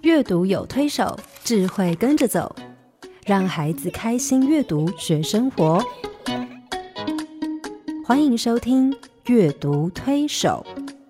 阅读有推手，智慧跟着走，让孩子开心阅读学生活。欢迎收听阅读推手。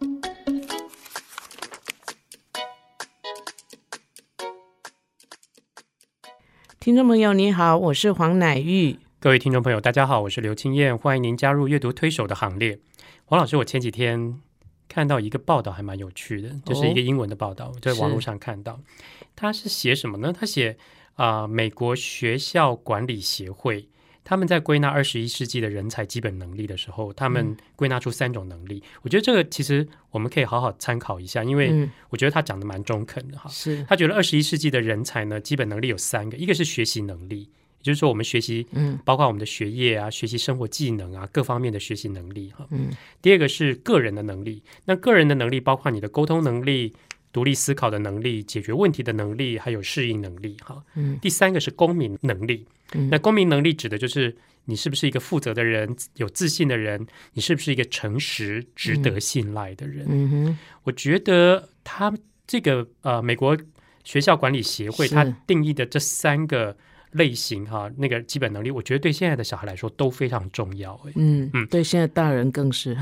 听众朋友你好，我是黄乃玉。 各位听众朋友大家好，我是刘清燕，欢迎您加入阅读推手的行列。黄老师，我前几天看到一个报道还蛮有趣的，就是一个英文的报道，在网络上看到。他是写什么呢？他写美国学校管理协会他们在归纳21世纪的人才基本能力的时候，他们归纳出3种能力。我觉得这个其实我们可以好好参考一下，因为我觉得他讲的蛮中肯的哈。 是， 他觉得21世纪的人才呢，基本能力有3个，一个是学习能力，也就是说我们学习包括我们的学业啊，学习生活技能啊，各方面的学习能力哈。第二个是个人的能力，那个人的能力包括你的沟通能力、独立思考的能力、解决问题的能力，还有适应能力哈。第3个是公民能力。那公民能力指的就是你是不是一个负责的人，有自信的人，你是不是一个诚实值得信赖的人。我觉得他这个美国学校管理协会他定义的这3个类型哈，那个基本能力，我觉得对现在的小孩来说都非常重要。 对，现在大人更是。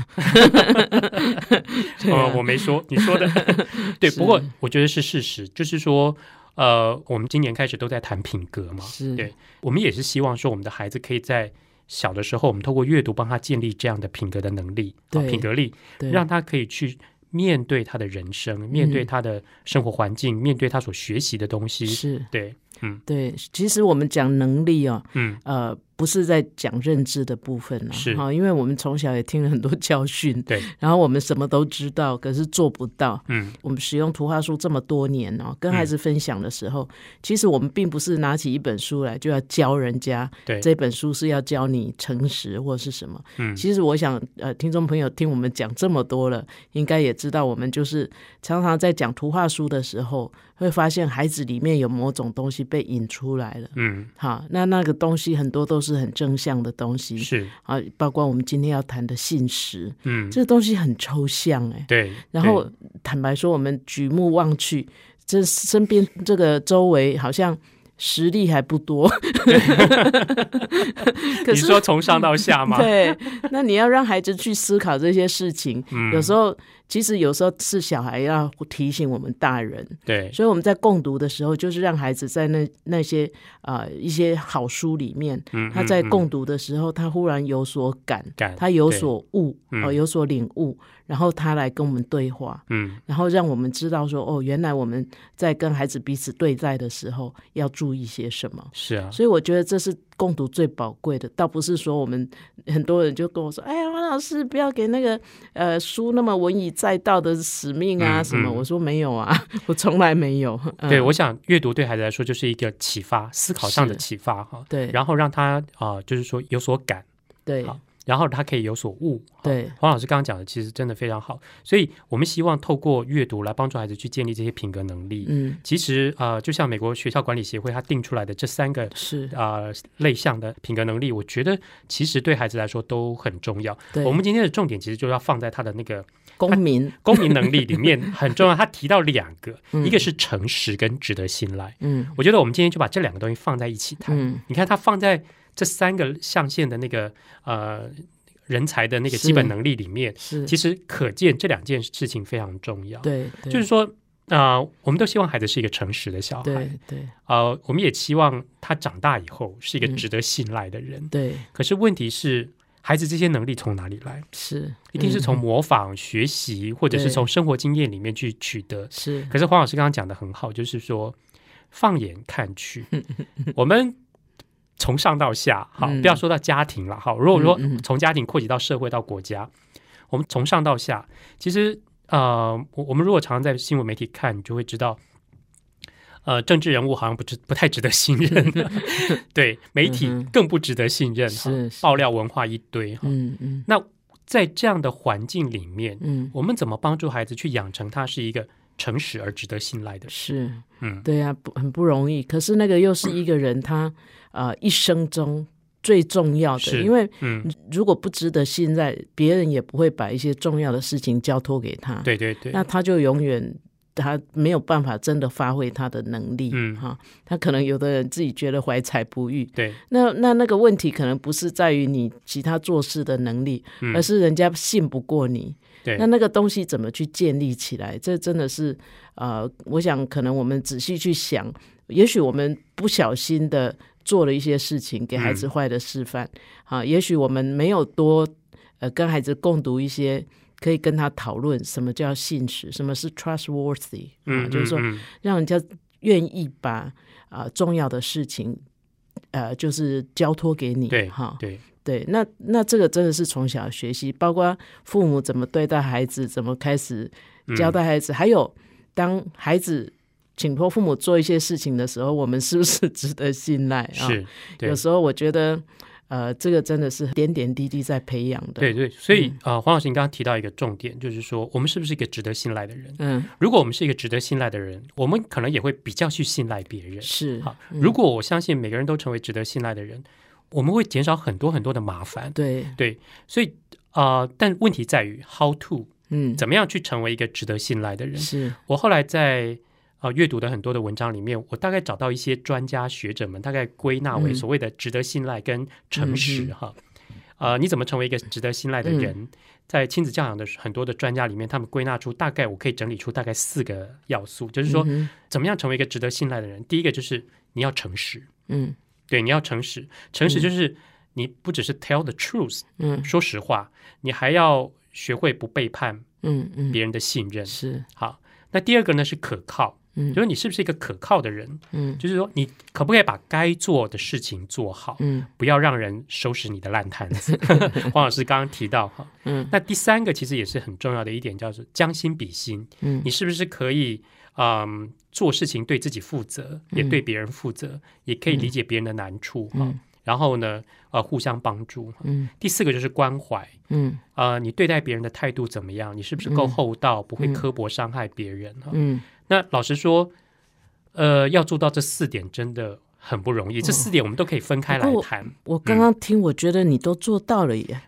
我没说，你说的。对，不过我觉得是事实，就是说我们今年开始都在谈品格嘛，对，我们也是希望说我们的孩子可以在小的时候，我们透过阅读帮他建立这样的品格的能力，品格力，让他可以去面对他的人生，面对他的生活环境，面对他所学习的东西。是，对， 对，其实我们讲能力不是在讲认知的部分是，因为我们从小也听了很多教训，对，然后我们什么都知道，可是做不到。我们使用图画书这么多年跟孩子分享的时候，其实我们并不是拿起一本书来就要教人家，对，这本书是要教你诚实或是什么。其实我想听众朋友听我们讲这么多了，应该也知道我们就是常常在讲图画书的时候，会发现孩子里面有某种东西被引出来了。好，那个东西很多都是很正向的东西，是啊，包括我们今天要谈的信实，这个东西很抽象对。然后坦白说，我们举目望去，这身边这个周围好像实力还不多。 可是你说从上到下吗？ 对，那你要让孩子去思考这些事情，有时候是小孩要提醒我们大人。对，所以我们在共读的时候，就是让孩子在那些一些好书里面，他在共读的时候，他忽然有所感，他有所悟，有所领悟，然后他来跟我们对话，然后让我们知道说，原来我们在跟孩子彼此对待的时候要注意些什么。是啊，所以我觉得这是共读最宝贵的，倒不是说我们很多人就跟我说，哎呀，王老师不要给那个书那么文以载道的使命啊什么。我说没有啊，我从来没有。 对，我想阅读对孩子来说就是一个启发，思考上的启发哈。对，然后让他就是说有所感。对。然后他可以有所悟。对，黄老师刚刚讲的其实真的非常好，所以我们希望透过阅读来帮助孩子去建立这些品格能力。其实就像美国学校管理协会他定出来的这3个是类项的品格能力，我觉得其实对孩子来说都很重要。我们今天的重点其实就要放在他的那个公民能力里面很重要。他提到2个，一个是诚实跟值得信赖。我觉得我们今天就把这2个东西放在一起谈。你看他放在这3个象限的那个人才的那个基本能力里面，其实可见这2件事情非常重要。对，就是说我们都希望孩子是一个诚实的小孩。对，我们也希望他长大以后是一个值得信赖的人。对，可是问题是孩子这些能力从哪里来？是一定是从模仿、学习，或者是从生活经验里面去取得。是，可是黄老师刚刚讲的很好，就是说放眼看去，我们从上到下，好，不要说到家庭了，好，如果说从家庭扩及到社会到国家，我们从上到下，其实我们如果常常在新闻媒体看，你就会知道，政治人物好像不太值得信任，对，媒体更不值得信任，爆料文化一堆，那在这样的环境里面，我们怎么帮助孩子去养成他是一个诚实而值得信赖的？是，对啊，很不容易。可是那个又是一个人他一生中最重要的，因为如果不值得信赖，别人也不会把一些重要的事情交托给他。对对对，那他就永远他没有办法真的发挥他的能力，他可能有的人自己觉得怀才不遇， 对， 那个问题可能不是在于你其他做事的能力，而是人家信不过你， 对， 那个东西怎么去建立起来？这真的是我想可能我们仔细去想，也许我们不小心的做了一些事情给孩子坏的示范，也许我们没有多跟孩子共读一些可以跟他讨论什么叫信实，什么是 trustworthy，就是说让人家愿意把重要的事情就是交托给你，对，那这个真的是从小学习，包括父母怎么对待孩子，怎么开始交代孩子，还有当孩子请托父母做一些事情的时候，我们是不是值得信赖是， 有时候我觉得这个真的是点点滴滴在培养的。 对，所以黄老师你刚刚提到一个重点，就是说我们是不是一个值得信赖的人？如果我们是一个值得信赖的人，我们可能也会比较去信赖别人。 是， 如果我相信每个人都成为值得信赖的人，我们会减少很多很多的麻烦。 对， 所以但问题在于 how to，怎么样去成为一个值得信赖的人？ 是我后来在阅读的很多的文章里面，我大概找到一些专家学者们大概归纳为所谓的值得信赖跟诚实你怎么成为一个值得信赖的人？在亲子教养的很多的专家里面，他们归纳出大概我可以整理出大概4个要素，就是说怎么样成为一个值得信赖的人。第一个就是你要诚实，对，你要诚实，诚实就是你不只是 tell the truth，说实话，你还要学会不背叛别人的信任。 是好，那第二个呢是可靠，就是你是不是一个可靠的人？就是说你可不可以把该做的事情做好？不要让人收拾你的烂摊子。黄老师刚刚提到哈，那第三个其实也是很重要的一点，叫做将心比心。你是不是可以做事情对自己负责，也对别人负责，也可以理解别人的难处然后呢互相帮助。第4个就是关怀。你对待别人的态度怎么样？你是不是够厚道，不会刻薄伤害别人？那老实说要做到这4点真的很不容易，这4点我们都可以分开来谈。 我刚刚听我觉得你都做到了耶。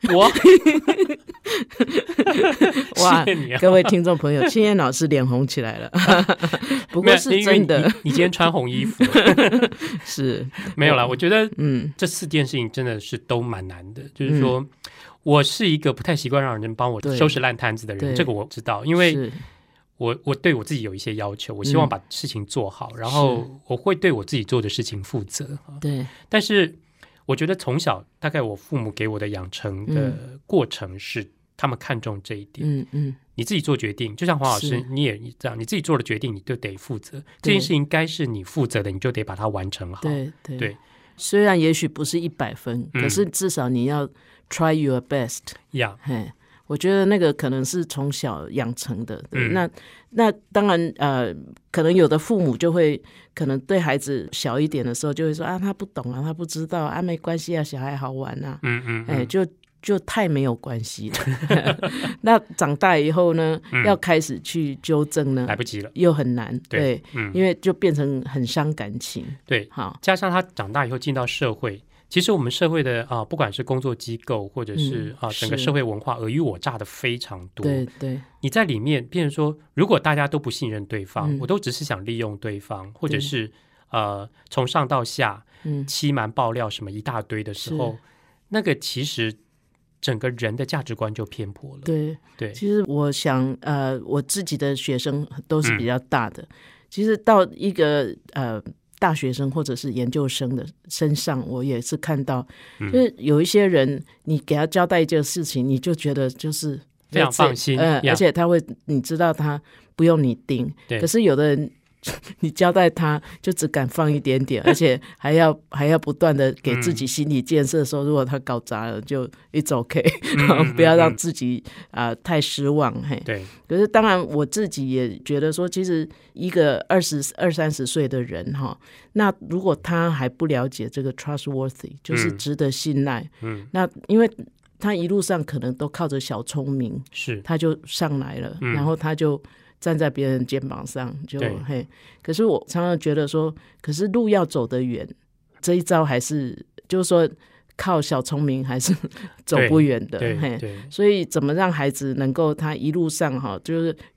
哇，谢谢你各位听众朋友，青燕老师脸红起来了。不过是真的， 你今天穿红衣服。 是没有啦，我觉得这4件事情真的是都蛮难的。就是说我是一个不太习惯让人帮我收拾烂摊子的人，这个我知道，因为我对我自己有一些要求，我希望把事情做好，然后我会对我自己做的事情负责。 对， 但是我觉得从小大概我父母给我的养成的过程是他们看重这一点。你自己做决定，就像黄老师你也这样，你自己做的决定你就得负责，这件事情该是你负责的，你就得把它完成好。 对，虽然也许不是100分，可是至少你要 try your best。我觉得那个可能是从小养成的。那当然可能有的父母就会可能对孩子小一点的时候就会说他不懂啊，他不知道啊，没关系啊，小孩好玩啊。就太没有关系了。那长大以后呢，要开始去纠正呢， 来不及了， 又很难。对，因为就变成很伤感情。 对，好，加上他长大以后进到社会，其实我们社会的不管是工作机构或者是整个社会文化尔虞我诈的非常多。 对， 你在里面变成说，如果大家都不信任对方，我都只是想利用对方，或者是从上到下欺瞒爆料什么一大堆的时候，那个其实整个人的价值观就偏颇了。对， 其实我想我自己的学生都是比较大的，其实到一个大学生或者是研究生的身上，我也是看到就是有一些人你给他交代一件事情，你就觉得就是非常放心， 而且他会你知道他不用你盯。可是有的人你交代他就只敢放一点点，而且还要不断的给自己心理建设，说如果他搞砸了就 it's okay，不要让自己太失望。 对。 可是当然我自己也觉得说，其实一个20-30岁的人那如果他还不了解这个 trustworthy， 就是值得信赖，那因为他一路上可能都靠着小聪明，他就上来了，然后他就站在别人肩膀上，可是我常常觉得说，可是路要走得远，这一招还是就是说靠小聪明还是走不远的。所以怎么让孩子能够他一路上就是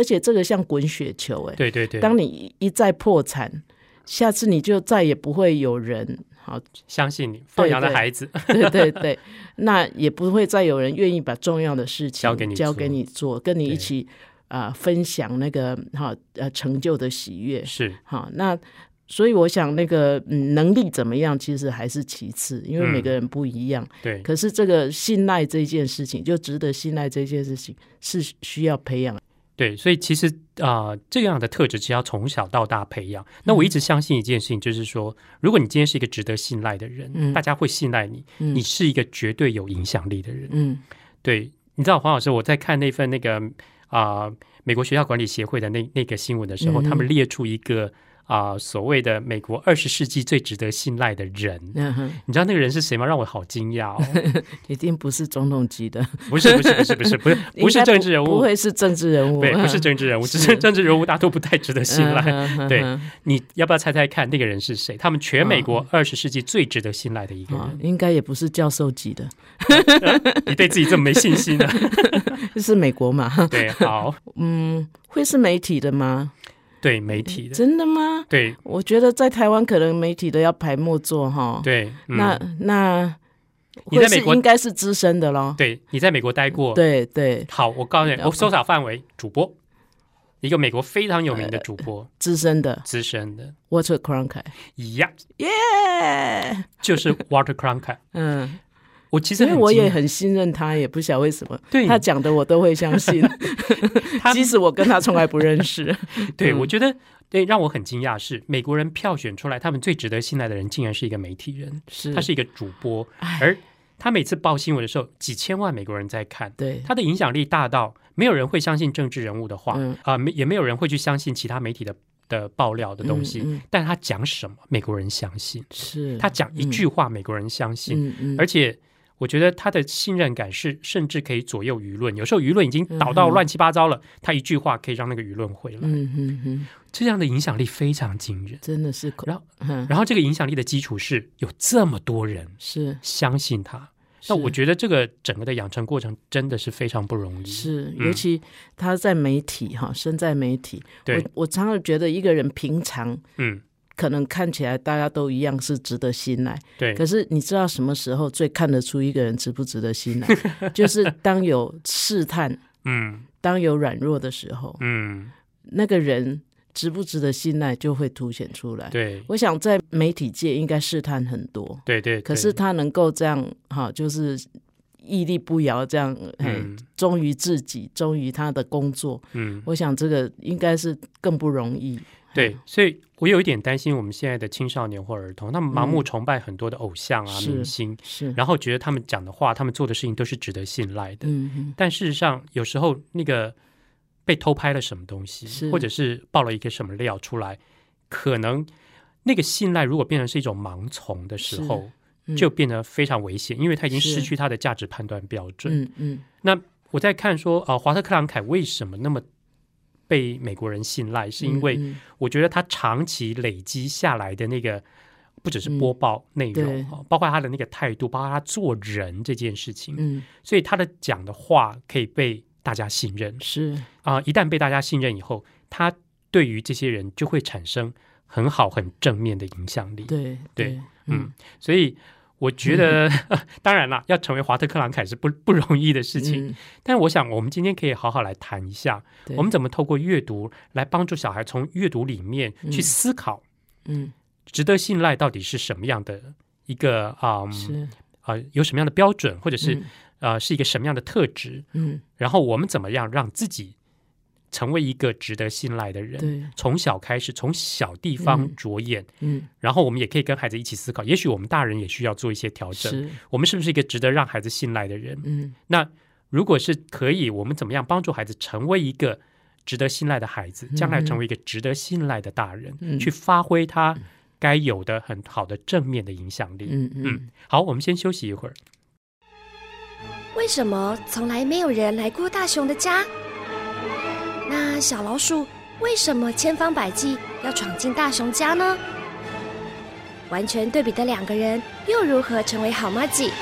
而且这个像滚雪球， 对对对， 当你一再破产，下次你就再也不会有人好相信你放羊的孩子， 对对对，那也不会再有人愿意把重要的事情交给你做，跟你一起分享那个成就的喜悦， 是好那。所以我想那个能力怎么样其实还是其次，因为每个人不一样， 对。 可是这个信赖这件事情，就值得信赖这件事情是需要培养。 对，所以其实这样的特质其实要从小到大培养。那我一直相信一件事情，就是说如果你今天是一个值得信赖的人，大家会信赖你，你是一个绝对有影响力的人。对，你知道黄老师，我在看那份那个美国学校管理协会的那个新闻的时候，他们列出一个所谓的美国20世纪最值得信赖的人，你知道那个人是谁吗？让我好惊讶哦！ 一定不是总统级的， 不是政治人物， 不会是政治人物， 对，不是政治人物，政治人物大都不太值得信赖。对，你要不要猜猜看那个人是谁？他们全美国20世纪最值得信赖的一个人， 应该也不是教授级的。 你对自己这么没信心呢？ 是美国嘛？ 对，好， 会是媒体的吗？ 对，媒体的。 真的吗？ 对， 我觉得在台湾可能媒体的要排末座哈。 对， 那你在美国应该是资深的咯。 对，你在美国待过。 对对。 好，我告诉你，我缩小范围，主播，一个美国非常有名的主播， 资深的 Walter Cronkite。 呀，就是 Walter Cronkite。我其实因为我也很信任他，也不晓得为什么，他讲的我都会相信，即使我跟他从来不认识。 对，我觉得让我很惊讶是，美国人票选出来他们最值得信赖的人，竟然是一个媒体人，他是一个主播，而他每次报新闻的时候，几千万美国人在看， 对， 他的影响力大到没有人会相信政治人物的话，也没有人会去相信其他媒体的爆料的东西，但他讲什么，美国人相信， 是他讲一句话，美国人相信，而且。我觉得他的信任感是甚至可以左右舆论，有时候舆论已经倒到乱七八糟了，他一句话可以让那个舆论回来。这样的影响力非常惊人， 真的是。 然后这个影响力的基础是有这么多人是相信他。那我觉得这个整个的养成过程真的是非常不容易。 是，尤其他在媒体身在媒体，我常常觉得一个人平常可能看起来大家都一样是值得信赖， 对。 可是你知道什么时候最看得出一个人值不值得信赖？就是当有试探，当有软弱的时候，那个人值不值得信赖就会凸显出来。 对， 我想在媒体界应该试探很多， 对对。 可是他能够这样就是屹立不摇，这样忠于自己，忠于他的工作。我想这个应该是更不容易。 对，所以我有一点担心我们现在的青少年或儿童，他们盲目崇拜很多的偶像明星，然后觉得他们讲的话，他们做的事情都是值得信赖的。但事实上有时候那个被偷拍了什么东西，或者是爆了一个什么料出来，可能那个信赖如果变成是一种盲从的时候，就变得非常危险，因为他已经失去他的价值判断标准。那我在看说华特克朗凯为什么那么被美国人信赖，是因为我觉得他长期累积下来的那个不只是播报内容，包括他的那个态度，包括他做人这件事情，所以他的讲的话可以被大家信任。 是一旦被大家信任以后，他对于这些人就会产生很好很正面的影响力。 对， 所以我觉得当然啦，要成为华特克朗凯是不容易的事情，但我想我们今天可以好好来谈一下，我们怎么透过阅读来帮助小孩从阅读里面去思考值得信赖到底是什么样的一个有什么样的标准，或者是是一个什么样的特质，然后我们怎么样让自己成为一个值得信赖的人，从小开始，从小地方着眼，然后我们也可以跟孩子一起思考，也许我们大人也需要做一些调整，我们是不是一个值得让孩子信赖的人？那如果是可以，我们怎么样帮助孩子成为一个值得信赖的孩子，将来成为一个值得信赖的大人，去发挥他该有的很好的正面的影响力。好，我们先休息一会儿。 为什么从来没有人来过大雄的家？那小老鼠为什么千方百计要闯进大雄家呢？完全对比的两个人又如何成为好麻吉？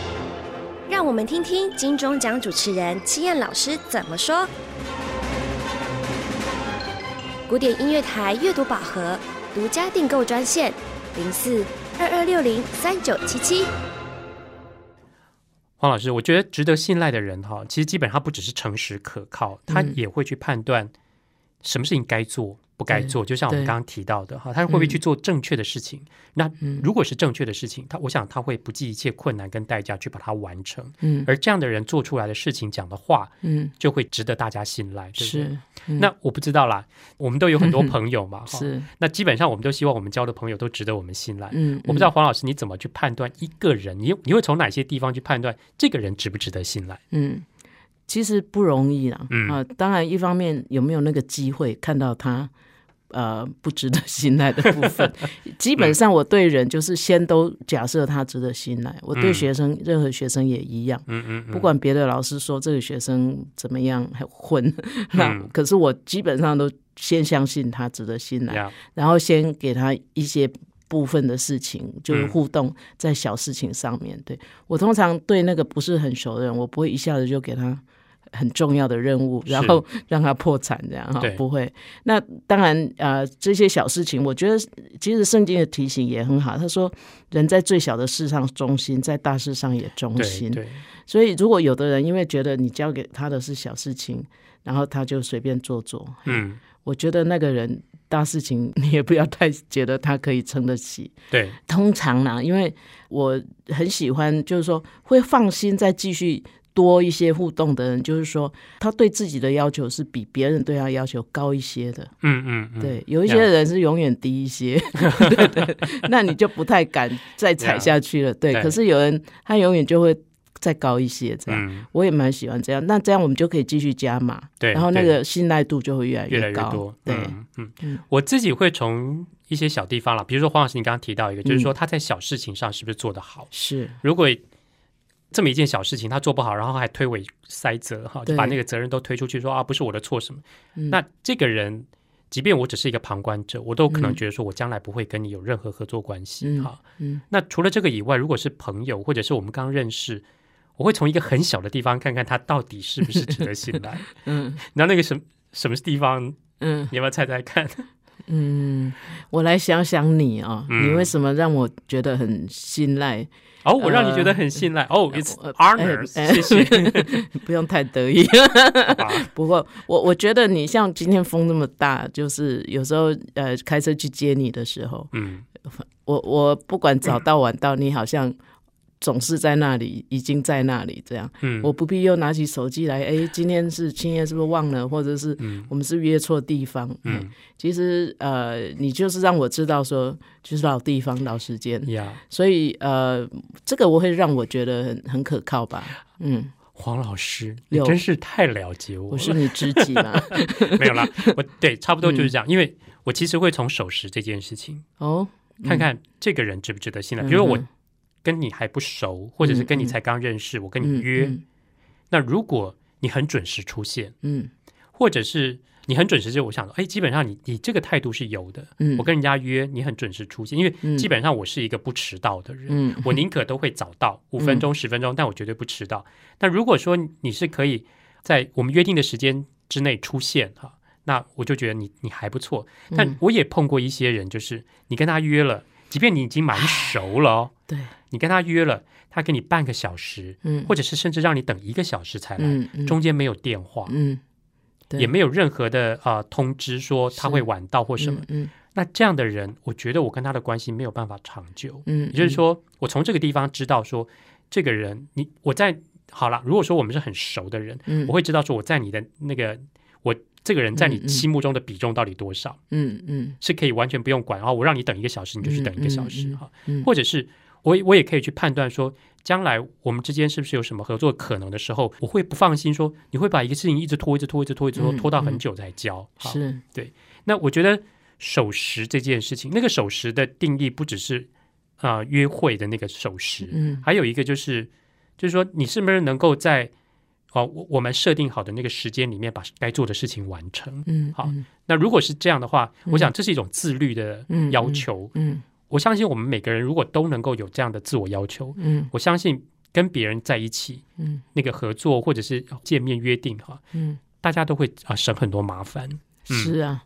让我们听听金钟奖主持人戚燕老师怎么说。 古典音乐台阅读宝盒独家订购专线04-2260-3977。 黄老师，我觉得值得信赖的人其实基本上不只是诚实可靠，他也会去判断什么事情该做不该做，就像我们刚刚提到的他会不会去做正确的事情。那如果是正确的事情，我想他会不计一切困难跟代价去把它完成。而这样的人做出来的事情讲的话就会值得大家信赖，对不对？那我不知道啦，我们都有很多朋友嘛是，那基本上我们都希望我们交的朋友都值得我们信赖。我不知道黄老师你怎么去判断一个人，你会从哪些地方去判断这个人值不值得信赖？ 其实不容易啦。当然一方面有没有那个机会看到他不值得信赖的部分基本上我对人就是先都假设他值得信赖，我对学生任何学生也一样。不管别的老师说这个学生怎么样混那可是我基本上都先相信他值得信赖，然后先给他一些部分的事情，就是互动在小事情上面。对，我通常对那个不是很熟的人，我不会一下子就给他很重要的任务，然后让他破产这样不会。那当然这些小事情我觉得其实圣经的提醒也很好，他说人在最小的事上忠心，在大事上也忠心。对，所以如果有的人因为觉得你交给他的是小事情，然后他就随便做我觉得那个人大事情你也不要太觉得他可以撑得起。对，通常呢，因为我很喜欢就是说会放心再继续多一些互动的人，就是说他对自己的要求是比别人对他要求高一些的。对，有一些人是永远低一些对对，那你就不太敢再踩下去了。对，可是有人他永远就会再高一些这样。我也蛮喜欢这样，那这样我们就可以继续加码，对，然后那个信赖度就会越来越高。对， 我自己会从一些小地方啦，比如说黄老师你刚刚提到一个，就是说他在小事情上是不是做得好。是，如果这么一件小事情他做不好，然后还推诿塞责就把那个责任都推出去说不是我的错什么。那这个人即便我只是一个旁观者，我都可能觉得说我将来不会跟你有任何合作关系。那除了这个以外，如果是朋友或者是我们刚认识，我会从一个很小的地方看看他到底是不是值得信赖。然后那个什么地方你要不要猜猜看？ 我来想想你你为什么让我觉得很信赖？ 我让你觉得很信赖it's honor， 谢谢不用太得意不过我觉得你像今天风那么大，就是有时候开车去接你的时候我不管早到晚到你好像总是在那里，已经在那里这样。我不必又拿起手机来今天是青叶是不是忘了，或者是我们是约错地方。其实你就是让我知道说就是老地方老时间。所以这个我会让我觉得很可靠吧。 黄老师你真是太了解我了， 我是你知己嘛没有啦，对，差不多就是这样。因为我其实会从守时这件事情看看这个人值不值得信赖。比如我跟你还不熟，或者是跟你才刚认识，我跟你约，那如果你很准时出现，或者是你很准时，就我想说基本上你这个态度是有的。我跟人家约你很准时出现，因为基本上我是一个不迟到的人。我宁可都会早到5分钟10分钟，但我绝对不迟到。那如果说你是可以在我们约定的时间之内出现那我就觉得你还不错。但我也碰过一些人，就是你跟他约了，即便你已经蛮熟了对，你跟他约了，他给你半个小时，或者是甚至让你等1个小时才来，中间没有电话，也没有任何的通知说他会晚到或什么。那这样的人，我觉得我跟他的关系没有办法长久。也就是说，我从这个地方知道说，这个人好了，如果说我们是很熟的人，我会知道说我在你的那个我这个人在你心目中的比重到底多少。是可以完全不用管我让你等1个小时你就去等1个小时或者是我也可以去判断说将来我们之间是不是有什么合作可能的时候，我会不放心说你会把一个事情一直拖到很久才交。是，对。那我觉得守时这件事情，那个守时的定义不只是约会的那个守时，还有一个就是说你是不是能够在我们设定好的那个时间里面把该做的事情完成。好，那如果是这样的话，我想这是一种自律的要求。我相信我们每个人如果都能够有这样的自我要求，我相信跟别人在一起，那个合作或者是见面约定大家都会省很多麻烦。 是啊，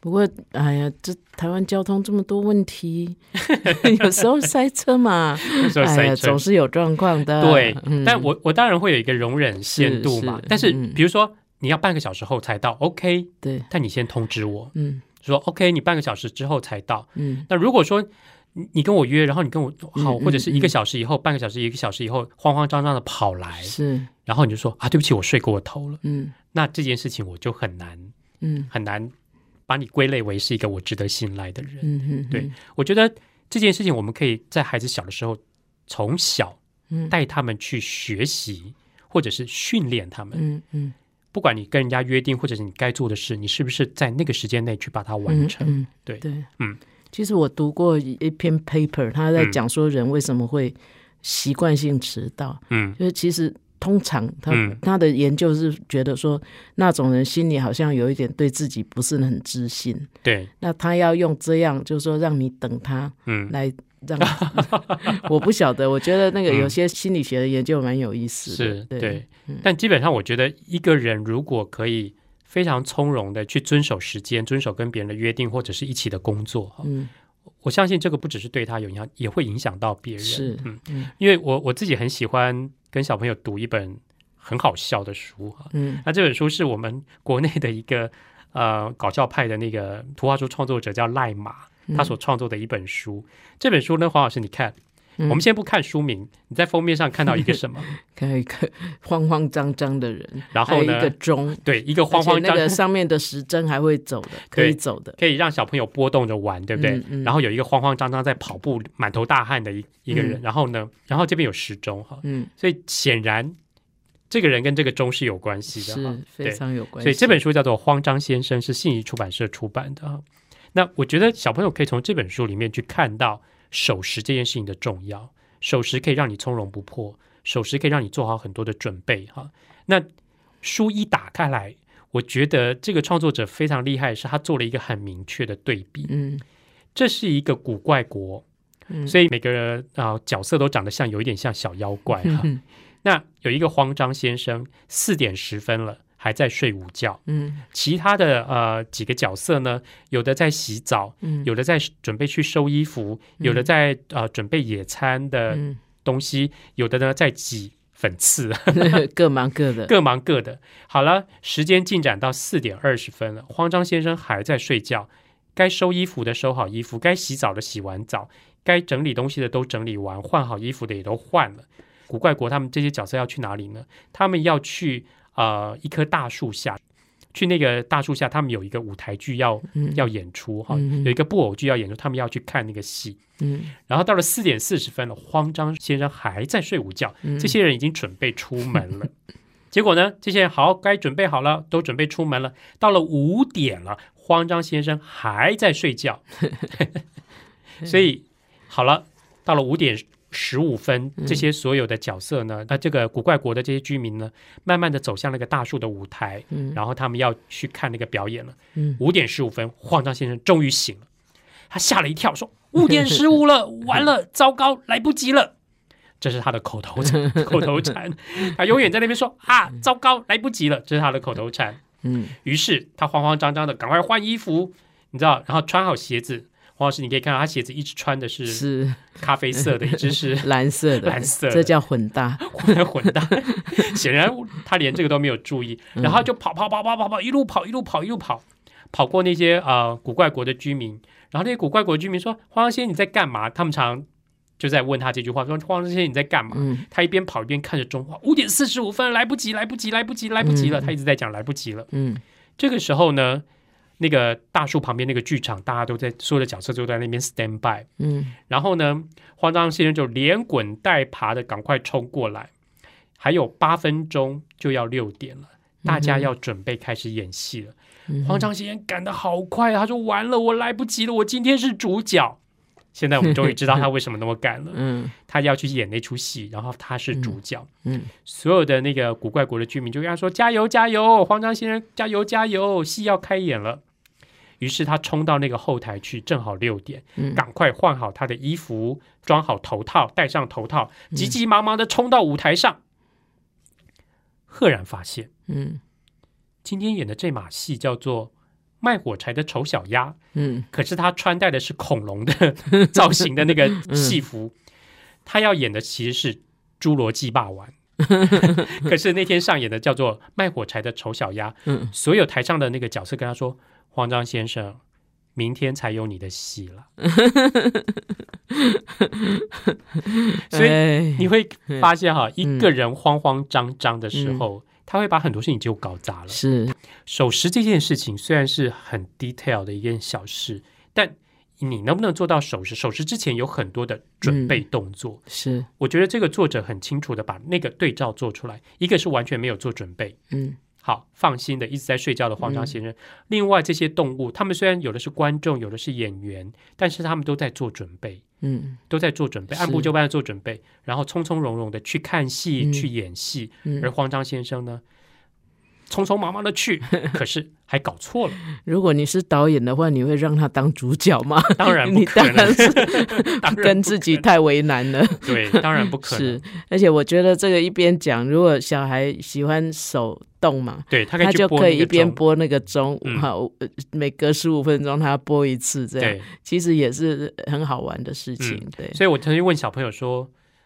不过，哎呀，这台湾交通这么多问题，有时候塞车嘛，哎呀，总是有状况的。 对，但我当然会有一个容忍限度嘛。但是，比如说你要半个小时后才到 ，OK， 对， 但你先通知我，说 OK， 你半个小时之后才到，那如果说你跟我约，然后你跟我好，或者是1个小时以后、半个小时、1个小时以后，慌慌张张的跑来， 是，然后你就说啊，对不起，我睡过头了，那这件事情我就很难，很难把你归类为是一个我值得信赖的人。对，我觉得这件事情我们可以在孩子小的时候，从小带他们去学习，或者是训练他们。不管你跟人家约定，或者是你该做的事，你是不是在那个时间内去把它完成？对， 其实我读过一篇 paper， 他在讲说人为什么会习惯性迟到。就是其实通常他的研究是觉得说，那种人心里好像有一点对自己不是很自信。 对， 那他要用这样，就是说让你等他，来让我不晓得，我觉得那个有些心理学的研究蛮有意思的。 是，对，但基本上我觉得一个人如果可以非常从容的去遵守时间，遵守跟别人的约定，或者是一起的工作，我相信这个不只是对他有影响，也会影响到别人。 是， 因为我自己很喜欢跟小朋友读一本很好笑的书，那这本书是我们国内的一个搞笑派的那个图画书创作者叫赖马，他所创作的一本书。这本书呢，黄老师你看。我们先不看书名，你在封面上看到一个什么？ 看到一个慌慌张张的人， 然后呢， 一个钟， 对，一个慌慌张张， 那个上面的时针还会走的，可以走的， 可以让小朋友拨动着玩，对不对？然后有一个慌慌张张在跑步、满头大汗的一个人，然后这边有时钟哈，所以显然这个人跟这个钟是有关系的， 是非常有关系。 所以这本书叫做《慌张先生》，是信宜出版社出版的。那我觉得小朋友可以从这本书里面去看到守时这件事情的重要，守时可以让你从容不迫，守时可以让你做好很多的准备哈。那书一打开来，我觉得这个创作者非常厉害，是他做了一个很明确的对比。这是一个古怪国，所以每个角色都长得有一点像小妖怪哈。那有一个慌张先生，4点10分了，还在睡午觉。其他的几个角色呢，有的在洗澡，有的在准备去收衣服，有的在准备野餐的东西，有的呢在挤粉刺， 各忙各的， 各忙各的。好了，时间进展到4点20分了，慌张先生还在睡觉，该收衣服的收好衣服，该洗澡的洗完澡，该整理东西的都整理完，换好衣服的也都换了。古怪国他们这些角色要去哪里呢？他们要去一棵大树下，去那个大树下，他们有一个舞台剧要演出哈，有一个布偶剧要演出，他们要去看那个戏。然后到了4点40分了，慌张先生还在睡午觉，这些人已经准备出门了。结果呢，这些人好该准备好了，都准备出门了。到了5点了，慌张先生还在睡觉。所以好了，到了5点15分，这些所有的角色呢，这个古怪国的这些居民呢，慢慢的走向那个大树的舞台，然后他们要去看那个表演了。5点15分，慌张先生终于醒了，他吓了一跳，说5点15了，完了，糟糕，来不及了。这是他的口头禅，他永远在那边说糟糕，来不及了，这是他的口头禅。于是他慌慌张张的赶快换衣服，你知道，然后穿好鞋子。黄老师，你可以看到他鞋子一直穿的是咖啡色的，一直是蓝色的，这叫混搭。 显然他连这个都没有注意，然后就跑，一路跑过那些古怪国的居民。然后那些古怪国的居民说：“黄先生你在干嘛？”他们常就在问他这句话，说：“黄先生你在干嘛？”他一边跑一边看着钟，5点45分，来不及了，他一直在讲来不及了。这个时候呢，那个大树旁边那个剧场，大家都在，所有的角色都在那边 stand by。然后呢，慌张先生就连滚带爬的赶快冲过来，还有8分钟就要6点了，大家要准备开始演戏了。慌张先生赶得好快，他说完了，我来不及了，我今天是主角。现在我们终于知道他为什么那么赶了。他要去演那出戏，然后他是主角。所有的那个古怪国的居民就跟他说：“加油加油，慌张先生加油加油，戏要开演了。”于是他冲到那个后台去，正好6点，赶快换好他的衣服，装好头套，戴上头套，急急忙忙的冲到舞台上。赫然发现，今天演的这码戏叫做《 卖火柴的丑小鸭，可是他穿戴的是恐龙的造型的那个戏服，他要演的其实是侏罗纪霸王。可是那天上演的叫做卖火柴的丑小鸭，所有台上的那个角色跟他说，慌张先生，明天才有你的戏了。所以你会发现一个人慌慌张张的时候，他会把很多事情就搞砸了。 是守时这件事情虽然是很 detail 的一件小事，但你能不能做到守时？守时之前有很多的准备动作。 是， 我觉得这个作者很清楚的把那个对照做出来。一个是完全没有做准备，好放心的一直在睡觉的慌张先生。另外这些动物，他们虽然有的是观众，有的是演员，但是他们都在做准备，都在做准备，按部就班的做准备，然后匆匆容容的去看戏，去演戏。而慌张先生呢，匆匆忙忙的去，可是还搞错了。 如果你是导演的话，你会让他当主角吗？ 当然不可能， 你当然是跟自己太为难了。 对，当然不可能。 是，而且我觉得这个一边讲，如果小孩喜欢手动嘛， 对，他就可以一边播那个钟，每隔15分钟他播一次，这样其实也是很好玩的事情。对， 所以我曾经问小朋友说，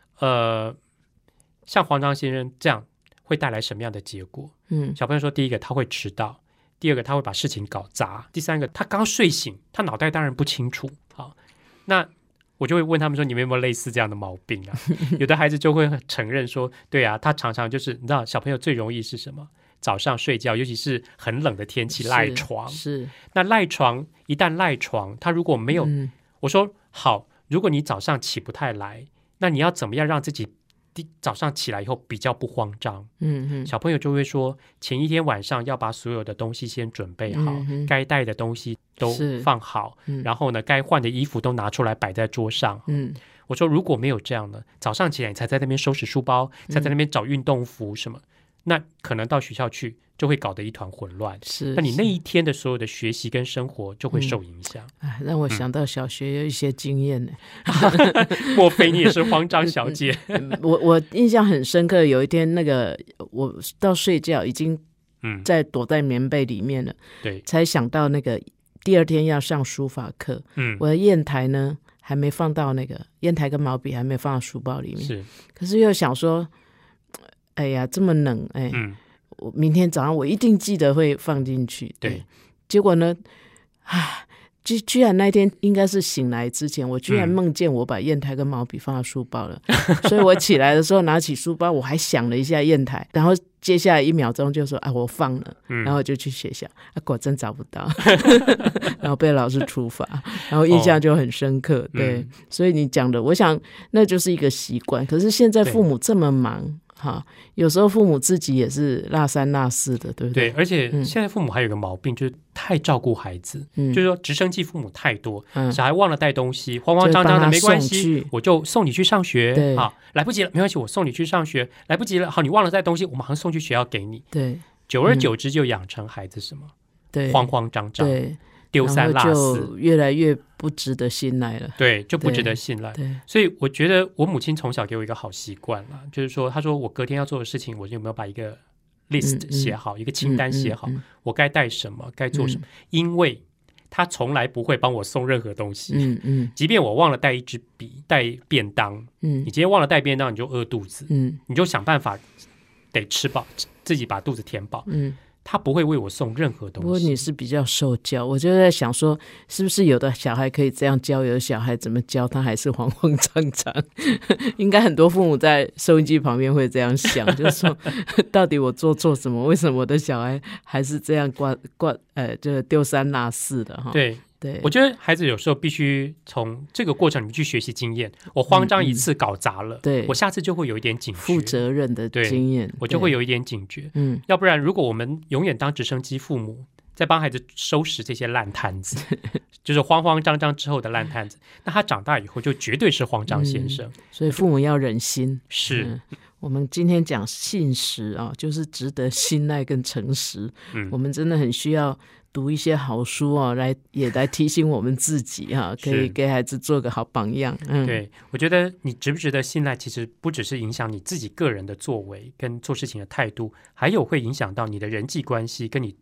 像慌张先生这样会带来什么样的结果？小朋友说，第一个他会迟到，第二个他会把事情搞砸，第三个他刚睡醒，他脑袋当然不清楚。好，那我就会问他们说，你们有没有类似这样的毛病啊？有的孩子就会承认说，对啊，他常常就是你知道，小朋友最容易是什么？早上睡觉，尤其是很冷的天气赖床。 是那一旦赖床，他如果没有，我说好，如果你早上起不太来，那你要怎么样让自己早上起来以后比较不慌张？小朋友就会说，前一天晚上要把所有的东西先准备好，该带的东西都放好，然后呢，该换的衣服都拿出来摆在桌上。我说如果没有这样呢，早上起来你才在那边收拾书包，才在那边找运动服什么，那可能到学校去就会搞得一团混乱。 是， 那你那一天的所有的学习跟生活就会受影响。 让我想到小学有一些经验呢。 莫非你也是慌张小姐？ 我印象很深刻，有一天那个我到睡觉已经在躲在棉被里面了， 对， 才想到那个第二天要上书法课。我的砚台呢还没放到那个砚台跟毛笔还没放到书包里面， 是，可是又想说，哎呀，这么冷，我明天早上我一定记得会放进去。 对， 结果呢，居然那天应该是醒来之前，我居然梦见我把砚台跟毛笔放到书包了。所以我起来的时候拿起书包，我还想了一下砚台，然后接下来1秒钟就说我放了，然后就去学校，果真找不到，然后被老师处罚，然后印象就很深刻。对，所以你讲的，我想那就是一个习惯。可是现在父母这么忙。有时候父母自己也是落三落四的，对不对？ 对，而且现在父母还有一个毛病，就是太照顾孩子，就是说直升机父母太多，小孩忘了带东西，慌慌张张的，没关系，我就送你去上学。好，来不及了，没关系，我送你去上学，来不及了，好，你忘了带东西，我马上送去学校给你。 对， 久而久之就养成孩子什么？对，慌慌张张， 对， 丢三落四， 就越来越不值得信赖了。 对，就不值得信赖。 对， 所以我觉得我母亲从小给我一个好习惯了，就是说，她说我隔天要做的事情，我有没有把一个 list 写好，一个清单写好，我该带什么，该做什么。因为她从来不会帮我送任何东西。即便我忘了带一支笔，带便当，你今天忘了带便当，你就饿肚子，你就想办法得吃饱，自己把肚子填饱。他不会为我送任何东西。 不过你是比较受教，我就在想说，是不是有的小孩可以这样教，有的小孩怎么教他还是慌慌张张？应该很多父母在收音机旁边会这样想，就是说，到底我做错什么？为什么我的小孩还是这样就丢三落四的哈？ 对，我觉得孩子有时候必须从这个过程里面去学习经验。我慌张一次搞砸了，我下次就会有一点警觉， 负责任的经验， 我就会有一点警觉。要不然如果我们永远当直升机父母，在帮孩子收拾这些烂摊子，就是慌慌张张之后的烂摊子，那他长大以后就绝对是慌张先生。 所以父母要忍心。 是。 我们今天讲信实就是值得信赖跟诚实。我们真的很需要读一些好书也来提醒我们自己可以给孩子做个好榜样。 对，我觉得你值不值得信赖，其实不只是影响你自己个人的作为跟做事情的态度，还有会影响到你的人际关系跟你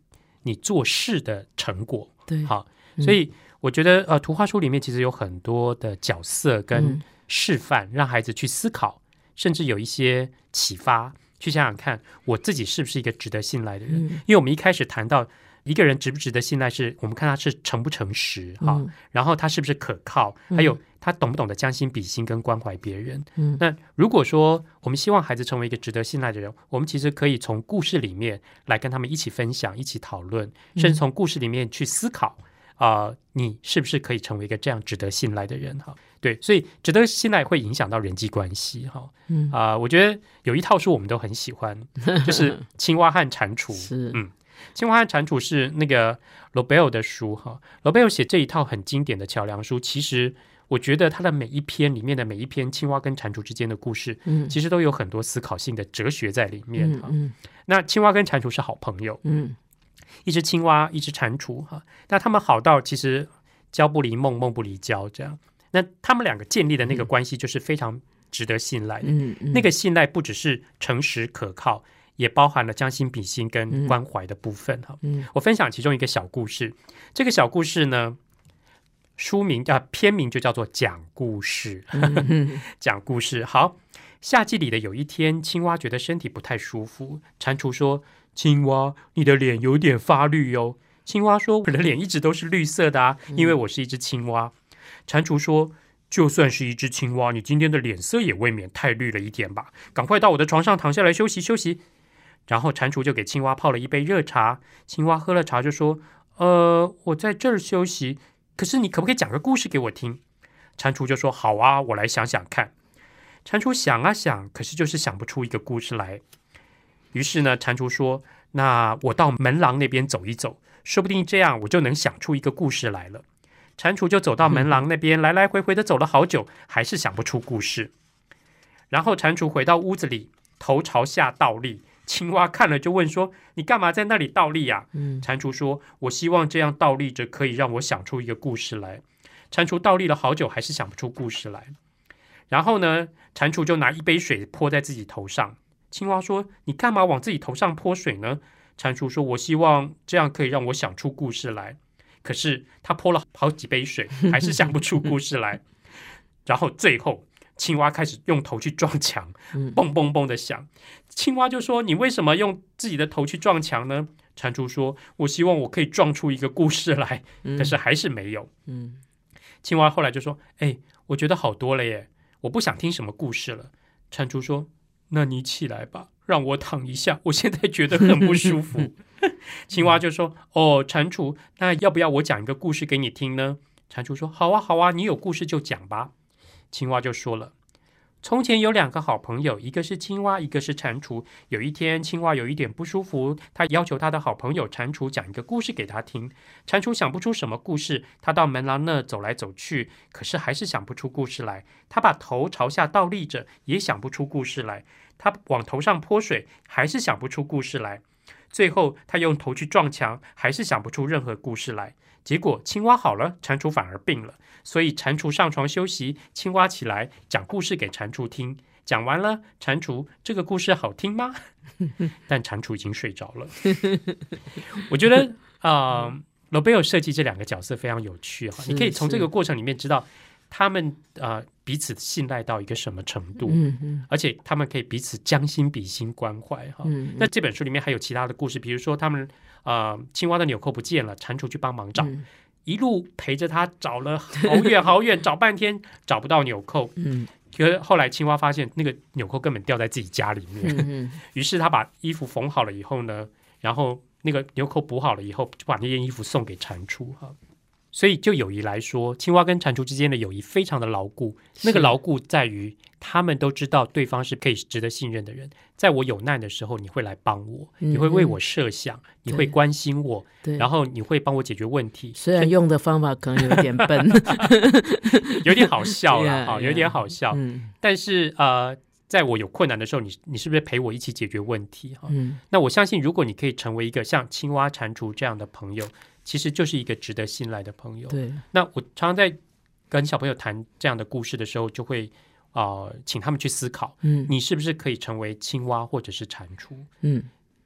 你做事的成果。 对， 好，所以我觉得图画书里面其实有很多的角色跟示范，让孩子去思考，甚至有一些启发，去想想看我自己是不是一个值得信赖的人。因为我们一开始谈到一个人值不值得信赖，是我们看他是诚不诚实，然后他是不是可靠，还有他懂不懂得将心比心跟关怀别人。那如果说我们希望孩子成为一个值得信赖的人，我们其实可以从故事里面来跟他们一起分享，一起讨论，甚至从故事里面去思考你是不是可以成为一个这样值得信赖的人。对，所以值得信赖会影响到人际关系。我觉得有一套书我们都很喜欢，就是青蛙和蟾蜍。青蛙和蟾蜍是那个罗贝尔的书。罗贝尔写这一套很经典的桥梁书，其实我觉得他的每一篇里面的每一篇青蛙跟蟾蜍之间的故事，其实都有很多思考性的哲学在里面。那青蛙跟蟾蜍是好朋友，一只青蛙一只蟾蜍，那他们好到其实交不离梦，梦不离交这样。那他们两个建立的那个关系就是非常值得信赖的。那个信赖不只是诚实可靠，也包含了将心比心跟关怀的部分。我分享其中一个小故事。这个小故事呢，篇名就叫做讲故事。讲故事。好，夏季里的有一天，青蛙觉得身体不太舒服。蟾蜍说：青蛙，你的脸有点发绿哦。青蛙说：我的脸一直都是绿色的啊，因为我是一只青蛙。蟾蜍说：就算是一只青蛙，你今天的脸色也未免太绿了一点吧，赶快到我的床上躺下来休息休息。然后蟾蜍就给青蛙泡了一杯热茶，青蛙喝了茶就说：我在这儿休息，可是你可不可以讲个故事给我听？蟾蜍就说：好啊，我来想想看。蟾蜍想啊想，可是就是想不出一个故事来。于是呢，蟾蜍说：那我到门廊那边走一走，说不定这样我就能想出一个故事来了。蟾蜍就走到门廊那边，来来回回的走了好久，还是想不出故事。然后蟾蜍回到屋子里，头朝下倒立。青蛙看了就问说：你干嘛在那里倒立啊？蟾蜍说：我希望这样倒立着可以让我想出一个故事来。蟾蜍倒立了好久，还是想不出故事来。然后呢，蟾蜍就拿一杯水泼在自己头上。青蛙说：你干嘛往自己头上泼水呢？蟾蜍说：我希望这样可以让我想出故事来。可是他泼了好几杯水，还是想不出故事来。然后最后青蛙开始用头去撞墙，蹦蹦蹦的响。青蛙就说：你为什么用自己的头去撞墙呢？蟾蜍说：我希望我可以撞出一个故事来，可是还是没有。青蛙后来就说：我觉得好多了耶，我不想听什么故事了。蟾蜍说：那你起来吧，让我躺一下，我现在觉得很不舒服。青蛙就说：蟾蜍，那要不要我讲一个故事给你听呢？蟾蜍说：好啊好啊，你有故事就讲吧。青蛙就说了：从前有两个好朋友，一个是青蛙，一个是蟾蜍。有一天，青蛙有一点不舒服，他要求他的好朋友蟾蜍讲一个故事给他听。蟾蜍想不出什么故事，他到门廊那走来走去，可是还是想不出故事来。他把头朝下倒立着，也想不出故事来。他往头上泼水，还是想不出故事来。最后他用头去撞墙，还是想不出任何故事来。结果青蛙好了，蟾蜍反而病了。所以蟾蜍上床休息，青蛙起来讲故事给蟾蜍听。讲完了，蟾蜍，这个故事好听吗？但蟾蜍已经睡着了。我觉得罗贝尔设计这两个角色非常有趣。你可以从这个过程里面知道他们彼此信赖到一个什么程度，而且他们可以彼此将心比心关怀。那这本书里面还有其他的故事，比如说他们青蛙的纽扣不见了，蟾蜍去帮忙找，一路陪着他找了好远好远，找半天找不到纽扣。可是后来青蛙发现那个纽扣根本掉在自己家里面，于是他把衣服缝好了以后呢，然后那个纽扣补好了以后，就把那件衣服送给蟾蜍。所以就友谊来说，青蛙跟蟾蜍之间的友谊非常的牢固。那个牢固在于他们都知道对方是可以值得信任的人。在我有难的时候，你会来帮我，你会为我设想，你会关心我，然后你会帮我解决问题。 虽然用的方法可能有点笨， 有点好笑了，有点好笑。但是在我有困难的时候，你是不是陪我一起解决问题？那我相信，如果你可以成为一个像青蛙、蟾蜍这样的朋友，其实就是一个值得信赖的朋友。 对。 那我常常在跟小朋友谈这样的故事的时候，就会请他们去思考，你是不是可以成为青蛙或者是蟾蜍？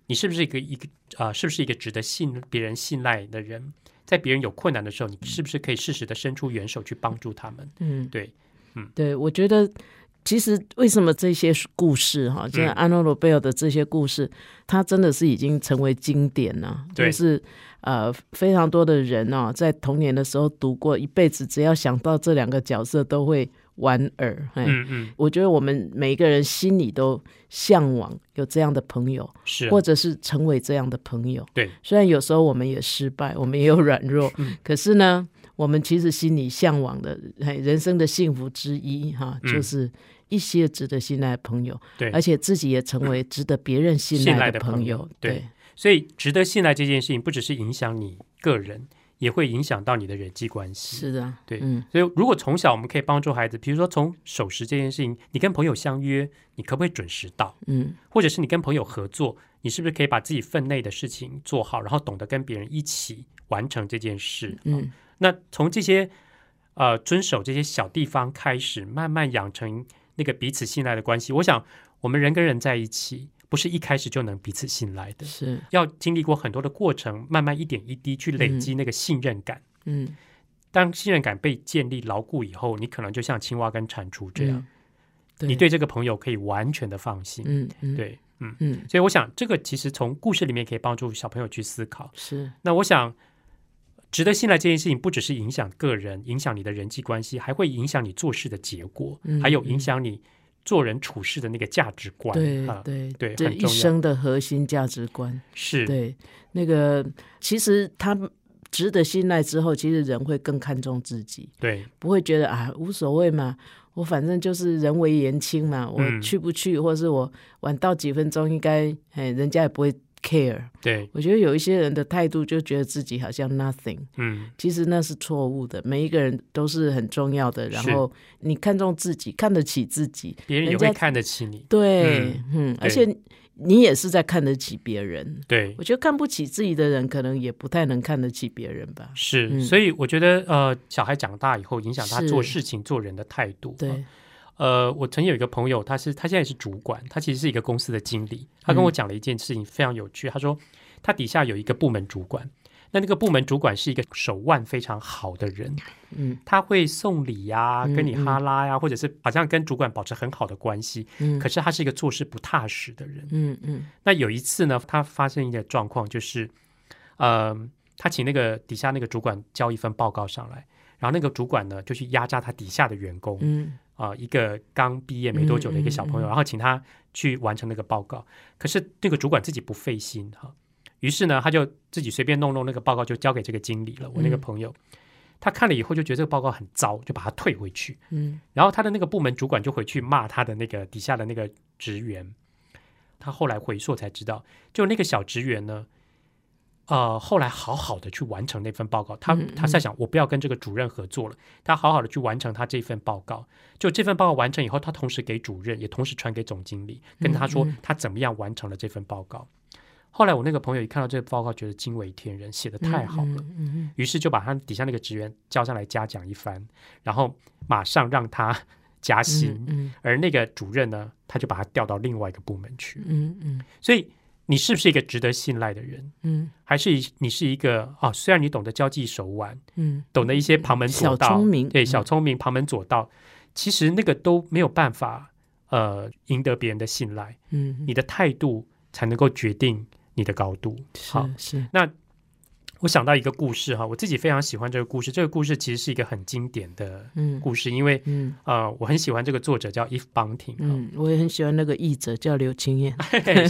你是不是是不是一个值得别人信赖的人？在别人有困难的时候，你是不是可以适时的伸出援手去帮助他们？对， 对，我觉得其实为什么这些故事哈，像阿诺·罗贝尔的这些故事，它真的是已经成为经典了，就是非常多的人在童年的时候读过，一辈子只要想到这两个角色都会莞尔。我觉得我们每一个人心里都向往有这样的朋友，或者是成为这样的朋友。 对， 虽然有时候我们也失败，我们也有软弱，可是呢，我们其实心里向往的人生的幸福之一就是一些值得信赖的朋友，对，而且自己也成为值得别人信赖的朋友。 对，所以值得信赖这件事情，不只是影响你个人，也会影响到你的人际关系。 是的， 对，所以如果从小我们可以帮助孩子，比如说从守时这件事情，你跟朋友相约，你可不可以准时到？或者是你跟朋友合作，你是不是可以把自己分内的事情做好，然后懂得跟别人一起完成这件事？那从这些遵守这些小地方开始，慢慢养成那个彼此信赖的关系。我想我们人跟人在一起不是一开始就能彼此信赖的， 是要经历过很多的过程，慢慢一点一滴去累积那个信任感。当信任感被建立牢固以后，你可能就像青蛙跟蟾蜍这样，你对这个朋友可以完全的放心。对，所以我想这个其实从故事里面可以帮助小朋友去思考。 是， 那我想值得信赖这件事情不只是影响个人，影响你的人际关系，还会影响你做事的结果，还有影响你做人处事的那个价值观。 对，这一生的核心价值观。 是， 对，那个其实他值得信赖之后，其实人会更看重自己。 对， 不会觉得无所谓嘛，我反正就是人微言轻嘛，我去不去，或是我晚到几分钟，应该人家也不会care。 对， 我觉得有一些人的态度就觉得自己好像 nothing，其实那是错误的。每一个人都是很重要的，然后你看重自己，看得起自己， 别人也会看得起你。 对，而且你也是在看得起别人。 对， 我觉得看不起自己的人，可能也不太能看得起别人吧。 是，所以我觉得小孩长大以后，影响他做事情做人的态度。 对。 我曾有一个朋友，他现在是主管，他其实是一个公司的经理。他跟我讲了一件事情非常有趣，他说他底下有一个部门主管，那个部门主管是一个手腕非常好的人，他会送礼呀，跟你哈拉呀，或者是好像跟主管保持很好的关系，可是他是一个做事不踏实的人。那有一次呢，他发生一个状况，就是他请那个底下那个主管交一份报告上来，然后那个主管呢就去压榨他底下的员工，一个刚毕业没多久的一个小朋友，然后请他去完成那个报告。可是那个主管自己不费心于是呢他就自己随便弄那个报告就交给这个经理了。我那个朋友他看了以后就觉得这个报告很糟，就把它退回去。然后他的那个部门主管就回去骂他的那个底下的那个职员。他后来回溯才知道，就那个小职员呢后来好好的去完成那份报告，他在想我不要跟这个主任合作了，他好好的去完成他这份报告。就这份报告完成以后，他同时给主任，也同时传给总经理，跟他说他怎么样完成了这份报告。后来我那个朋友一看到这个报告，觉得惊为天人，写得太好了，于是就把他底下那个职员叫上来嘉奖一番，然后马上让他加薪。而那个主任呢，他就把他调到另外一个部门去。所以你是不是一个值得信赖的人？还是你是一个虽然你懂得交际手腕，懂得一些旁门左道， 小聪明， 对，小聪明，旁门左道，其实那个都没有办法赢得别人的信赖。你的态度才能够决定你的高度。 是。 那我想到一个故事我自己非常喜欢这个故事。这个故事其实是一个很经典的故事，因为我很喜欢这个作者叫 Eve Bunting。 我也很喜欢那个译者叫刘清燕。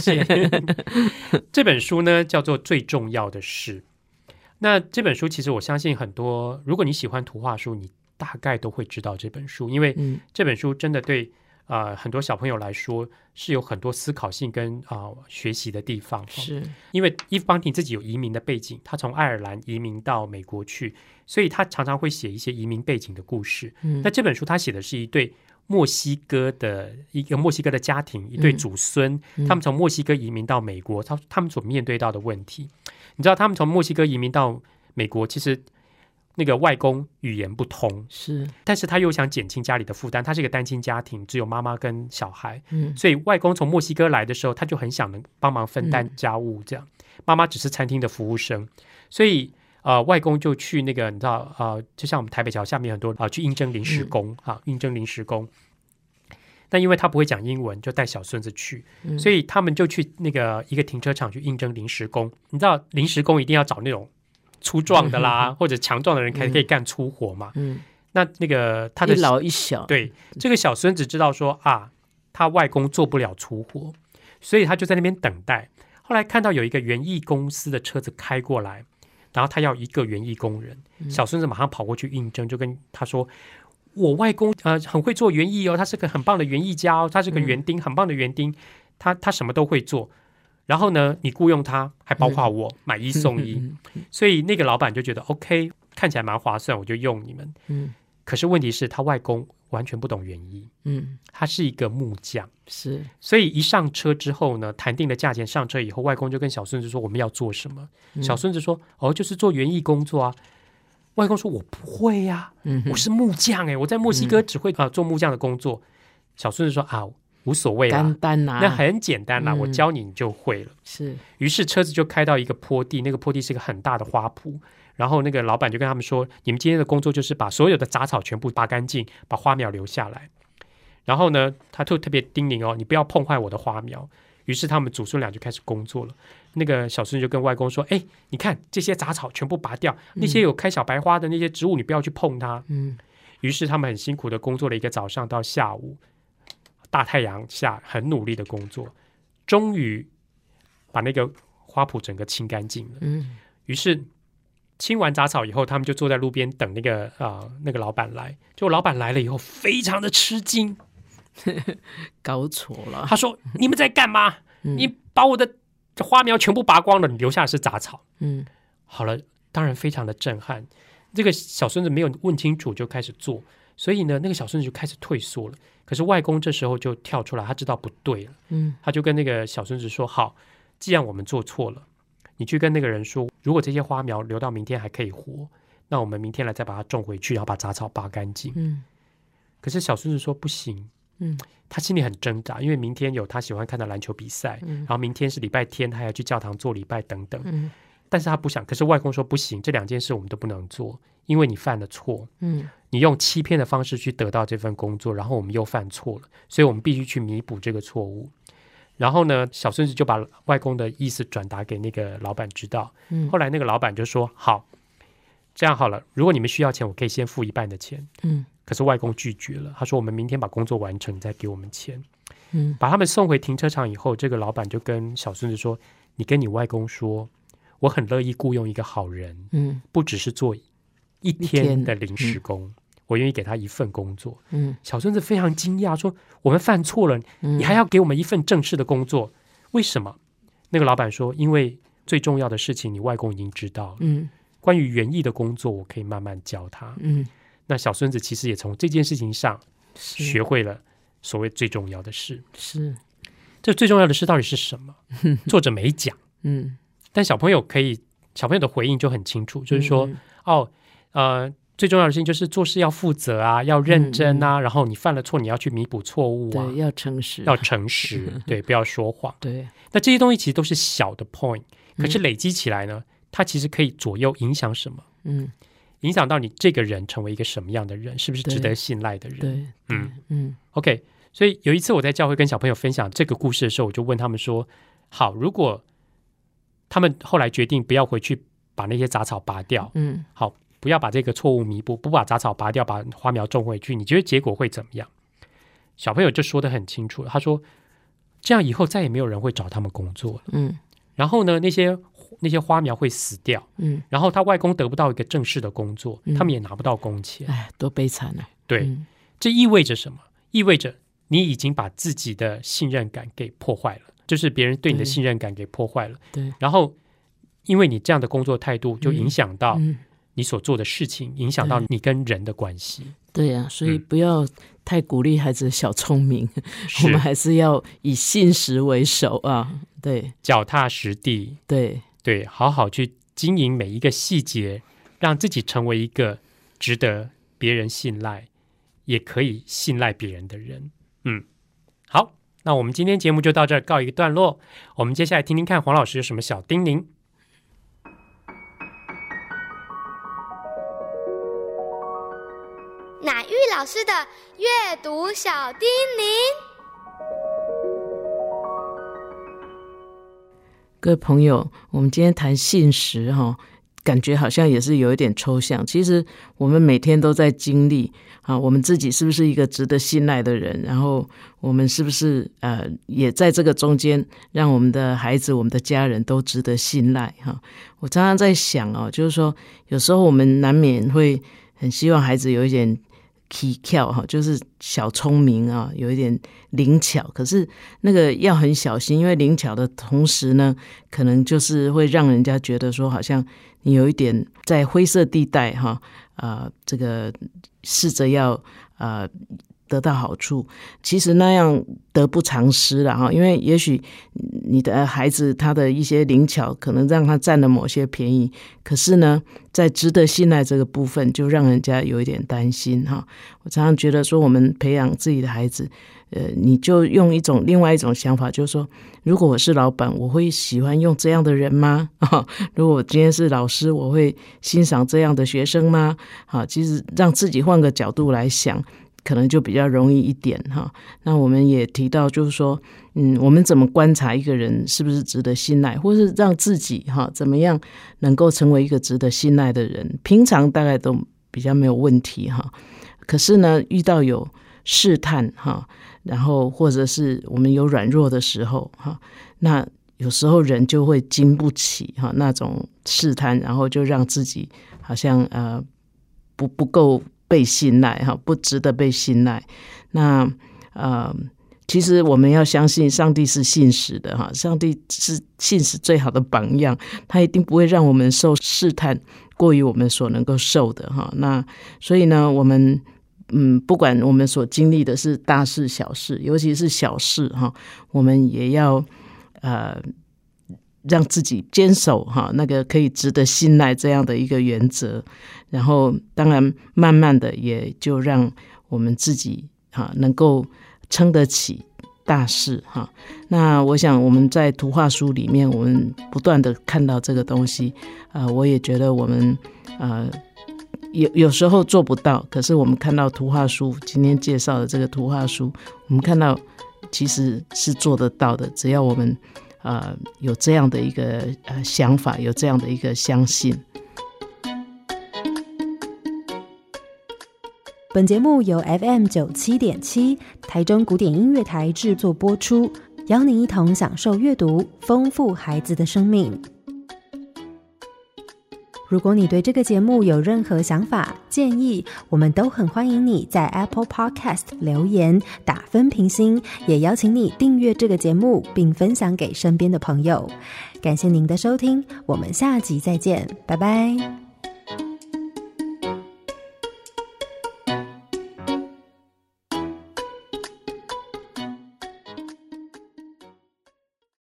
这本书呢叫做《最重要的事》。那这本书其实我相信很多，如果你喜欢图画书，你大概都会知道这本书，因为这本书真的对很多小朋友来说是有很多思考性跟学习的地方。 是因为Eve Bunting自己有移民的背景，他从爱尔兰移民到美国去，所以他常常会写一些移民背景的故事。那这本书他写的是一个墨西哥的家庭，一对祖孙，他们从墨西哥移民到美国，他们所面对到的问题。你知道他们从墨西哥移民到美国，其实那个外公语言不通，但是他又想减轻家里的负担，他是一个单亲家庭，只有妈妈跟小孩，所以外公从墨西哥来的时候，他就很想能帮忙分担家务，这样，妈妈只是餐厅的服务生，所以外公就去那个你知道就像我们台北桥下面很多去应征临时工应征临时工。但因为他不会讲英文，就带小孙子去，所以他们就去那个一个停车场去应征临时工。你知道临时工一定要找那种粗壮的啦，或者强壮的人才可以干粗活嘛。那个他的一老一小， 对，这个小孙子知道说他外公做不了粗活，所以他就在那边等待。后来看到有一个园艺公司的车子开过来，然后他要一个园艺工人，小孙子马上跑过去应征，就跟他说。我外公很会做园艺哦，他是个很棒的园艺家哦，他是个园丁，很棒的园丁，他什么都会做。然后呢，你雇佣他，还包括我买一送一，所以那个老板就觉得 OK， 看起来蛮划算，我就用你们。可是问题是他外公完全不懂园艺，他是一个木匠，所以一上车之后呢，谈定了价钱，上车以后，外公就跟小孙子说我们要做什么，小孙子说就是做园艺工作啊。外公说我不会呀，我是木匠我在墨西哥只会做木匠的工作。小孙子说无所谓啦，那很简单啦，我教你就会了。于是车子就开到一个坡地，那个坡地是一个很大的花圃，然后那个老板就跟他们说，你们今天的工作就是把所有的杂草全部拔干净，把花苗留下来。然后呢，他就特别叮咛你不要碰坏我的花苗。于是他们祖孙俩就开始工作了。那个小孙就跟外公说你看这些杂草全部拔掉，那些有开小白花的那些植物你不要去碰它。于是他们很辛苦的工作了一个早上到下午，大太阳下很努力的工作，终于把那个花圃整个清干净了。于是清完杂草以后，他们就坐在路边等那个老板来。结果老板来了以后非常的吃惊， 搞错了。 他说你们在干嘛？你把我的花苗全部拔光了，你留下的是杂草。好了，当然非常的震撼。这个小孙子没有问清楚就开始做，所以呢，那个小孙子就开始退缩了。可是外公这时候就跳出来，他知道不对了。他就跟那个小孙子说，好，既然我们做错了，你去跟那个人说，如果这些花苗留到明天还可以活，那我们明天来再把它种回去，然后把杂草拔干净。可是小孙子说不行。他心里很挣扎，因为明天有他喜欢看的篮球比赛，然后明天是礼拜天，他还要去教堂做礼拜等等。但是他不想，可是外公说不行，这两件事我们都不能做，因为你犯了错。你用欺骗的方式去得到这份工作，然后我们又犯错了，所以我们必须去弥补这个错误。然后呢，小孙子就把外公的意思转达给那个老板知道。后来那个老板就说，好，这样好了，如果你们需要钱，我可以先付一半的钱。可是外公拒绝了，他说我们明天把工作完成，你再给我们钱。把他们送回停车场以后，这个老板就跟小孙子说，你跟你外公说，我很乐意雇佣一个好人，不只是做一天的临时工，我愿意给他一份工作。小孙子非常惊讶，说我们犯错了，你还要给我们一份正式的工作，为什么？那个老板说，因为最重要的事情你外公已经知道了。关于园艺的工作我可以慢慢教他。那小孙子其实也从这件事情上学会了所谓最重要的事。这最重要的事到底是什么？作者没讲。但小朋友的回应就很清楚，就是说最重要的事情就是做事要负责啊，要认真啊，然后你犯了错你要去弥补错误啊， 对，要诚实， 对，不要说谎。 对， 那这些东西其实都是小的 point， 可是累积起来呢，它其实可以左右影响什么？影响到你这个人成为一个什么样的人，是不是值得信赖的人？OK， 所以有一次我在教会跟小朋友分享这个故事的时候，我就问他们说，好，如果他们后来决定不要回去把那些杂草拔掉，好，不要把这个错误弥补，不把杂草拔掉，把花苗种回去，你觉得结果会怎么样？小朋友就说得很清楚，他说这样以后再也没有人会找他们工作了。然后呢，那些花苗会死掉，然后他外公得不到一个正式的工作，他们也拿不到工钱。 多悲惨啊！ 对，这意味着什么？意味着你已经把自己的信任感给破坏了，就是别人对你的信任感给破坏了。 对， 然后因为你这样的工作态度，就影响到你所做的事情，影响到你跟人的关系。 对呀，所以不要太鼓励孩子的小聪明，我们还是要以信实为首啊。对， 脚踏实地， 对， 好好去经营每一个细节， 让自己成为一个值得别人信赖，也可以信赖别人的人。好，那我们今天节目就到这儿告一个段落。我们接下来听听看黄老师有什么小叮咛。 乃玉老师的阅读小叮咛。 各位朋友，我们今天谈信实感觉好像也是有一点抽象。其实我们每天都在经历我们自己是不是一个值得信赖的人，然后我们是不是也在这个中间让我们的孩子我们的家人都值得信赖我常常在想就是说有时候我们难免会很希望孩子有一点奇巧就是小聪明有一点灵巧，可是那个要很小心，因为灵巧的同时呢，可能就是会让人家觉得说好像你有一点在灰色地带这个试着要得到好处，其实那样得不偿失了因为也许你的孩子他的一些灵巧可能让他占了某些便宜，可是呢在值得信赖这个部分就让人家有一点担心我常常觉得说我们培养自己的孩子你就用另外一种想法，就是说如果我是老板，我会喜欢用这样的人吗如果我今天是老师，我会欣赏这样的学生吗其实让自己换个角度来想可能就比较容易一点那我们也提到就是说我们怎么观察一个人是不是值得信赖，或是让自己怎么样能够成为一个值得信赖的人，平常大概都比较没有问题可是呢遇到有试探然后或者是我们有软弱的时候那有时候人就会经不起那种试探，然后就让自己好像不够被信赖不值得被信赖。那其实我们要相信上帝是信实的上帝是信实最好的榜样，他一定不会让我们受试探过于我们所能够受的那所以呢我们不管我们所经历的是大事小事，尤其是小事我们也要让自己坚守那个可以值得信赖这样的一个原则，然后当然慢慢的也就让我们自己能够撑得起大事那我想我们在图画书里面我们不断的看到这个东西我也觉得我们有时候做不到，可是我们看到图画书，今天介绍的这个图画书，我们看到其实是做得到的，只要我们有这样的一个想法，有这样的一个相信。 本节目由 FM97.7 台中古典音乐台制作播出，邀您一同享受阅读，丰富孩子的生命。如果你对这个节目有任何想法建议，我们都很欢迎你在 Apple Podcast 留言打分评星，也邀请你订阅这个节目并分享给身边的朋友。感谢您的收听，我们下集再见，拜拜。